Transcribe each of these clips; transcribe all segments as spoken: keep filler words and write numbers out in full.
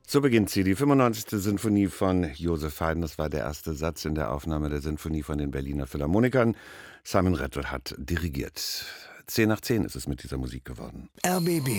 So beginnt sie, die fünfundneunzigste Sinfonie von Joseph Haydn. Das war der erste Satz in der Aufnahme der Sinfonie von den Berliner Philharmonikern. Simon Rattle hat dirigiert. Zehn nach zehn ist es mit dieser Musik geworden. R B B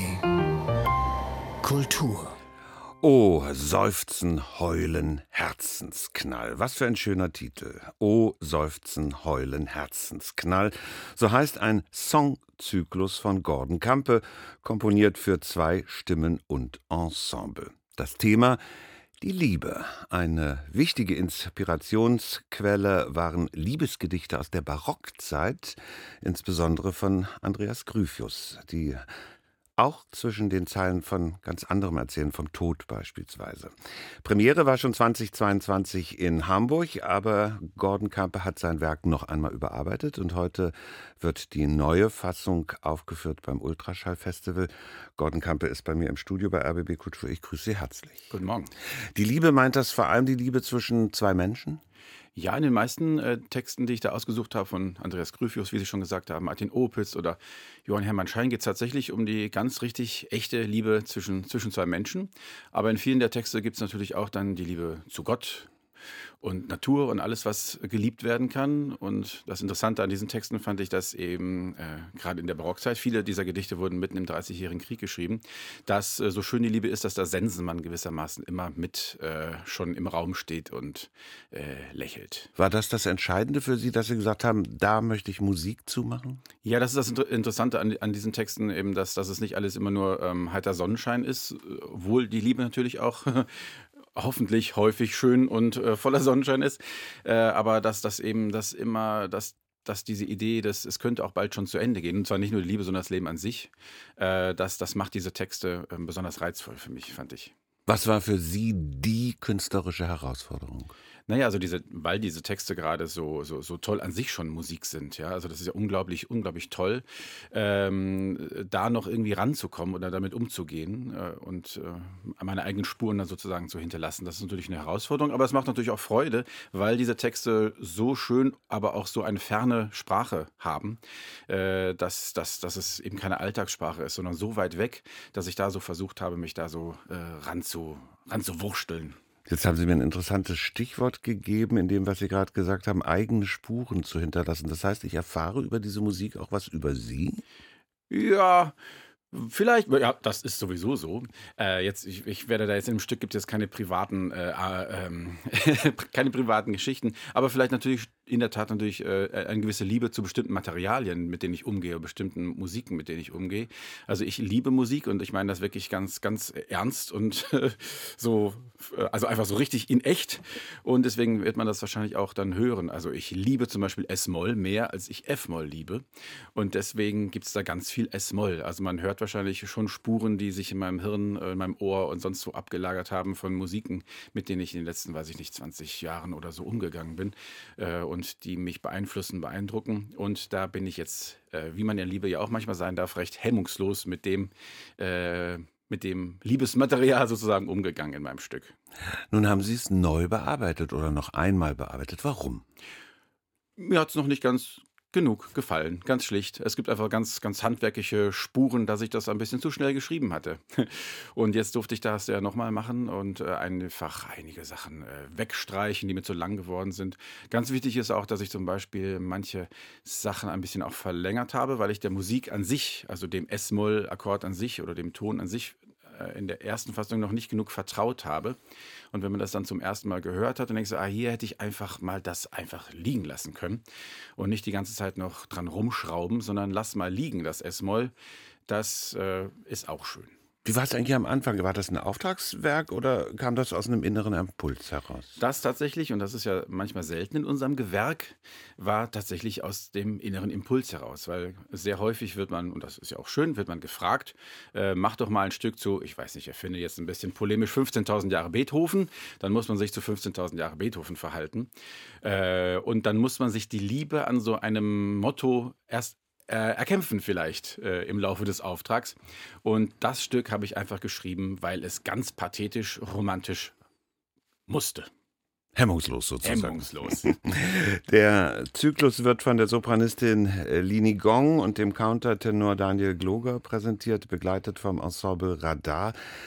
Kultur. Oh, Seufzen, Heulen, Herzensknall. Was für ein schöner Titel. Oh, Seufzen, Heulen, Herzensknall. So heißt ein Songzyklus von Gordon Campe, komponiert für zwei Stimmen und Ensemble. Das Thema: die Liebe. Eine wichtige Inspirationsquelle waren Liebesgedichte aus der Barockzeit, insbesondere von Andreas Gryphius, die auch zwischen den Zeilen von ganz anderem erzählen, vom Tod beispielsweise. Premiere war schon zweitausendzweiundzwanzig in Hamburg, aber Gordon Campe hat sein Werk noch einmal überarbeitet und heute wird die neue Fassung aufgeführt beim Ultraschall-Festival. Gordon Campe ist bei mir im Studio bei R B B Kultur. Ich grüße Sie herzlich. Guten Morgen. Die Liebe, meint das vor allem die Liebe zwischen zwei Menschen? Ja, in den meisten äh, Texten, die ich da ausgesucht habe, von Andreas Gryphius, wie Sie schon gesagt haben, Martin Opitz oder Johann Hermann Schein, geht es tatsächlich um die ganz richtig echte Liebe zwischen, zwischen zwei Menschen. Aber in vielen der Texte gibt es natürlich auch dann die Liebe zu Gott und Natur und alles, was geliebt werden kann. Und das Interessante an diesen Texten fand ich, dass eben äh, gerade in der Barockzeit, viele dieser Gedichte wurden mitten im Dreißigjährigen Krieg geschrieben, dass äh, so schön die Liebe ist, dass der Sensenmann gewissermaßen immer mit äh, schon im Raum steht und äh, lächelt. War das das Entscheidende für Sie, dass Sie gesagt haben, da möchte ich Musik zu machen? Ja, das ist das Inter- Interessante an, an diesen Texten, eben, dass, dass es nicht alles immer nur ähm, heiter Sonnenschein ist, obwohl die Liebe natürlich auch hoffentlich häufig schön und äh, voller Sonnenschein ist, äh, aber dass das eben das immer, dass, dass diese Idee, dass es könnte auch bald schon zu Ende gehen, und zwar nicht nur die Liebe, sondern das Leben an sich, äh, das, das macht diese Texte äh, besonders reizvoll für mich, fand ich. Was war für Sie die künstlerische Herausforderung? Naja, also diese, weil diese Texte gerade so, so, so toll an sich schon Musik sind, ja, also das ist ja unglaublich, unglaublich toll, ähm, da noch irgendwie ranzukommen oder damit umzugehen äh, und äh, meine eigenen Spuren dann sozusagen zu hinterlassen. Das ist natürlich eine Herausforderung, aber es macht natürlich auch Freude, weil diese Texte so schön, aber auch so eine ferne Sprache haben, äh, dass, dass, dass es eben keine Alltagssprache ist, sondern so weit weg, dass ich da so versucht habe, mich da so äh, ranzu, ranzuwursteln. Jetzt haben Sie mir ein interessantes Stichwort gegeben, in dem, was Sie gerade gesagt haben, eigene Spuren zu hinterlassen. Das heißt, ich erfahre über diese Musik auch was über Sie? Ja, vielleicht, ja, das ist sowieso so. Äh, jetzt, ich, ich werde da jetzt im Stück gibt es jetzt keine privaten, äh, äh, ähm, keine privaten Geschichten, aber vielleicht natürlich in der Tat natürlich äh, eine gewisse Liebe zu bestimmten Materialien, mit denen ich umgehe, bestimmten Musiken, mit denen ich umgehe. Also ich liebe Musik und ich meine das wirklich ganz, ganz ernst und äh, so, äh, also einfach so richtig in echt. Und deswegen wird man das wahrscheinlich auch dann hören. Also ich liebe zum Beispiel S-Moll mehr, als ich F-Moll liebe. Und deswegen gibt es da ganz viel S-Moll. Also man hört wahrscheinlich schon Spuren, die sich in meinem Hirn, äh, in meinem Ohr und sonst so abgelagert haben von Musiken, mit denen ich in den letzten, weiß ich nicht, zwanzig Jahren oder so umgegangen bin. Äh, und die mich beeinflussen, beeindrucken. Und da bin ich jetzt, äh, wie man in Liebe ja auch manchmal sein darf, recht hemmungslos mit dem, äh, mit dem Liebesmaterial sozusagen umgegangen in meinem Stück. Nun haben Sie es neu bearbeitet oder noch einmal bearbeitet. Warum? Mir hat es noch nicht ganz genug gefallen, ganz schlicht. Es gibt einfach ganz, ganz handwerkliche Spuren, dass ich das ein bisschen zu schnell geschrieben hatte. Und jetzt durfte ich das ja nochmal machen und äh, einfach einige Sachen äh, wegstreichen, die mir zu lang geworden sind. Ganz wichtig ist auch, dass ich zum Beispiel manche Sachen ein bisschen auch verlängert habe, weil ich der Musik an sich, also dem S-Moll-Akkord an sich oder dem Ton an sich, äh, in der ersten Fassung noch nicht genug vertraut habe. Und wenn man das dann zum ersten Mal gehört hat, dann denkst du, ah, hier hätte ich einfach mal das einfach liegen lassen können und nicht die ganze Zeit noch dran rumschrauben, sondern lass mal liegen, das S-Moll. Das äh, ist auch schön. Wie war es eigentlich am Anfang? War das ein Auftragswerk oder kam das aus einem inneren Impuls heraus? Das tatsächlich, und das ist ja manchmal selten in unserem Gewerk, war tatsächlich aus dem inneren Impuls heraus, weil sehr häufig wird man, und das ist ja auch schön, wird man gefragt, äh, mach doch mal ein Stück zu, ich weiß nicht, ich finde jetzt ein bisschen polemisch, fünfzehntausend Jahre Beethoven, dann muss man sich zu fünfzehntausend Jahre Beethoven verhalten äh, und dann muss man sich die Liebe an so einem Motto erst äh, erkämpfen vielleicht äh, im Laufe des Auftrags. Und das Stück habe ich einfach geschrieben, weil es ganz pathetisch, romantisch musste. Hemmungslos sozusagen. Hemmungslos. Der Zyklus wird von der Sopranistin äh, Lini Gong und dem Countertenor Daniel Gloger präsentiert, begleitet vom Ensemble Radar.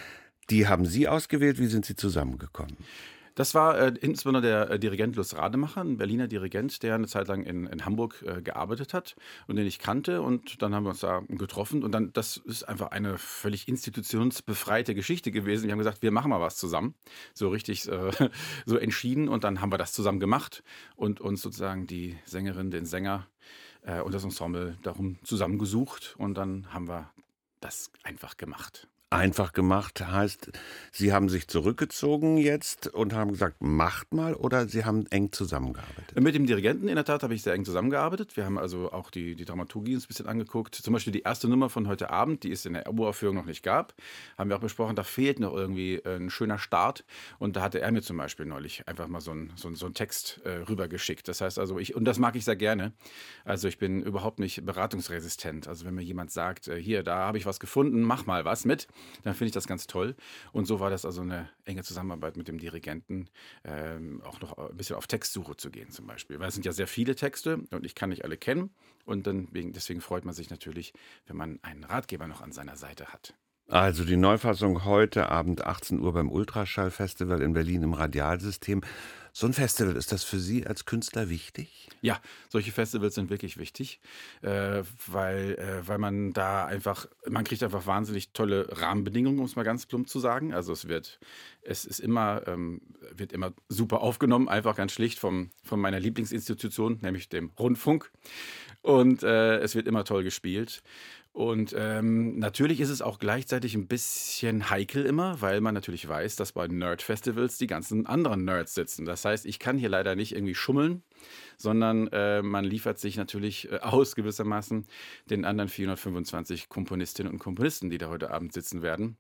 Die haben Sie ausgewählt. Wie sind Sie zusammengekommen? Das war, äh, insbesondere der, äh, Dirigent Lutz Rademacher, 'n Berliner Dirigent, der eine Zeit lang in in Hamburg, äh, gearbeitet hat und den ich kannte. Und dann haben wir uns da getroffen und dann das ist einfach eine völlig institutionsbefreite Geschichte gewesen. Wir haben gesagt: „Wir machen mal was zusammen." So richtig, äh, so entschieden und dann haben wir das zusammen gemacht und uns sozusagen die Sängerin, den Sänger, äh, und das Ensemble darum zusammengesucht und dann haben wir das einfach gemacht. Einfach gemacht heißt, Sie haben sich zurückgezogen jetzt und haben gesagt: „Macht mal“, oder Sie haben eng zusammengearbeitet? Mit dem Dirigenten in der Tat habe ich sehr eng zusammengearbeitet. Wir haben also auch die die Dramaturgie uns ein bisschen angeguckt. Zum Beispiel die erste Nummer von heute Abend, die es in der Uraufführung noch nicht gab, haben wir auch besprochen, da fehlt noch irgendwie, äh, 'n schöner Start. Und da hatte er mir zum Beispiel neulich einfach mal so 'n so 'n so 'n Text, äh, rübergeschickt. Das heißt also, ich und das mag ich sehr gerne. Also, ich bin überhaupt nicht beratungsresistent. Also, wenn mir jemand sagt: „Äh, hier, da habe ich was gefunden, mach mal was mit", dann finde ich das ganz toll. Und so war das also eine enge Zusammenarbeit mit dem Dirigenten, ähm, auch noch ein bisschen auf Textsuche zu gehen zum Beispiel. Weil es sind ja sehr viele Texte und ich kann nicht alle kennen. Und dann wegen, deswegen freut man sich natürlich, wenn man einen Ratgeber noch an seiner Seite hat. Also die Neufassung heute Abend achtzehn Uhr beim Ultraschall-Festival in Berlin im Radialsystem. So ein Festival, ist das für Sie als Künstler wichtig? Ja, solche Festivals sind wirklich wichtig, äh, weil, äh, weil man da einfach, man kriegt einfach wahnsinnig tolle Rahmenbedingungen, um es mal ganz plump zu sagen. Also es wird, es ist immer, ähm, wird immer super aufgenommen, einfach ganz schlicht vom, von meiner Lieblingsinstitution, nämlich dem Rundfunk. Und äh, es wird immer toll gespielt. Und ähm, natürlich ist es auch gleichzeitig ein bisschen heikel immer, weil man natürlich weiß, dass bei Nerd-Festivals die ganzen anderen Nerds sitzen. Das heißt, ich kann hier leider nicht irgendwie schummeln, sondern äh, man liefert sich natürlich äh, aus gewissermaßen den anderen vierhundertfünfundzwanzig Komponistinnen und Komponisten, die da heute Abend sitzen werden.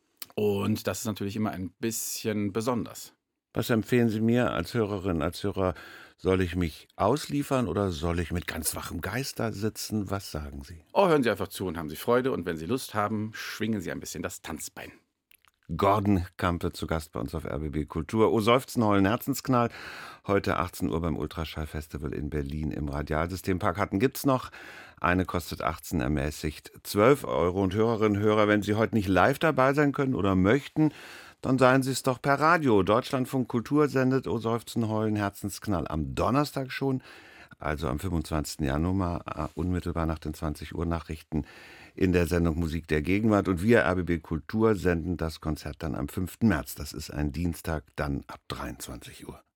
Und das ist natürlich immer ein bisschen besonders. Was empfehlen Sie mir als Hörerin, als Hörer? Soll ich mich ausliefern oder soll ich mit ganz wachem Geist da sitzen? Was sagen Sie? Oh, hören Sie einfach zu und haben Sie Freude. Und wenn Sie Lust haben, schwingen Sie ein bisschen das Tanzbein. Gordon Kampe zu Gast bei uns auf R B B Kultur. O seufzen, heulen, Herzensknall. Heute achtzehn Uhr beim Ultraschall-Festival in Berlin im Radialsystem. Karten gibt's noch. Eine kostet achtzehn, ermäßigt zwölf Euro. Und Hörerinnen und Hörer, wenn Sie heute nicht live dabei sein können oder möchten, dann seien Sie es doch per Radio. Deutschlandfunk Kultur sendet O seufzen, heulen, Herzensknall am Donnerstag schon, also am fünfundzwanzigsten Januar, unmittelbar nach den zwanzig Uhr Nachrichten in der Sendung Musik der Gegenwart. Und wir, R B B Kultur, senden das Konzert dann am fünften März. Das ist ein Dienstag, dann ab dreiundzwanzig Uhr.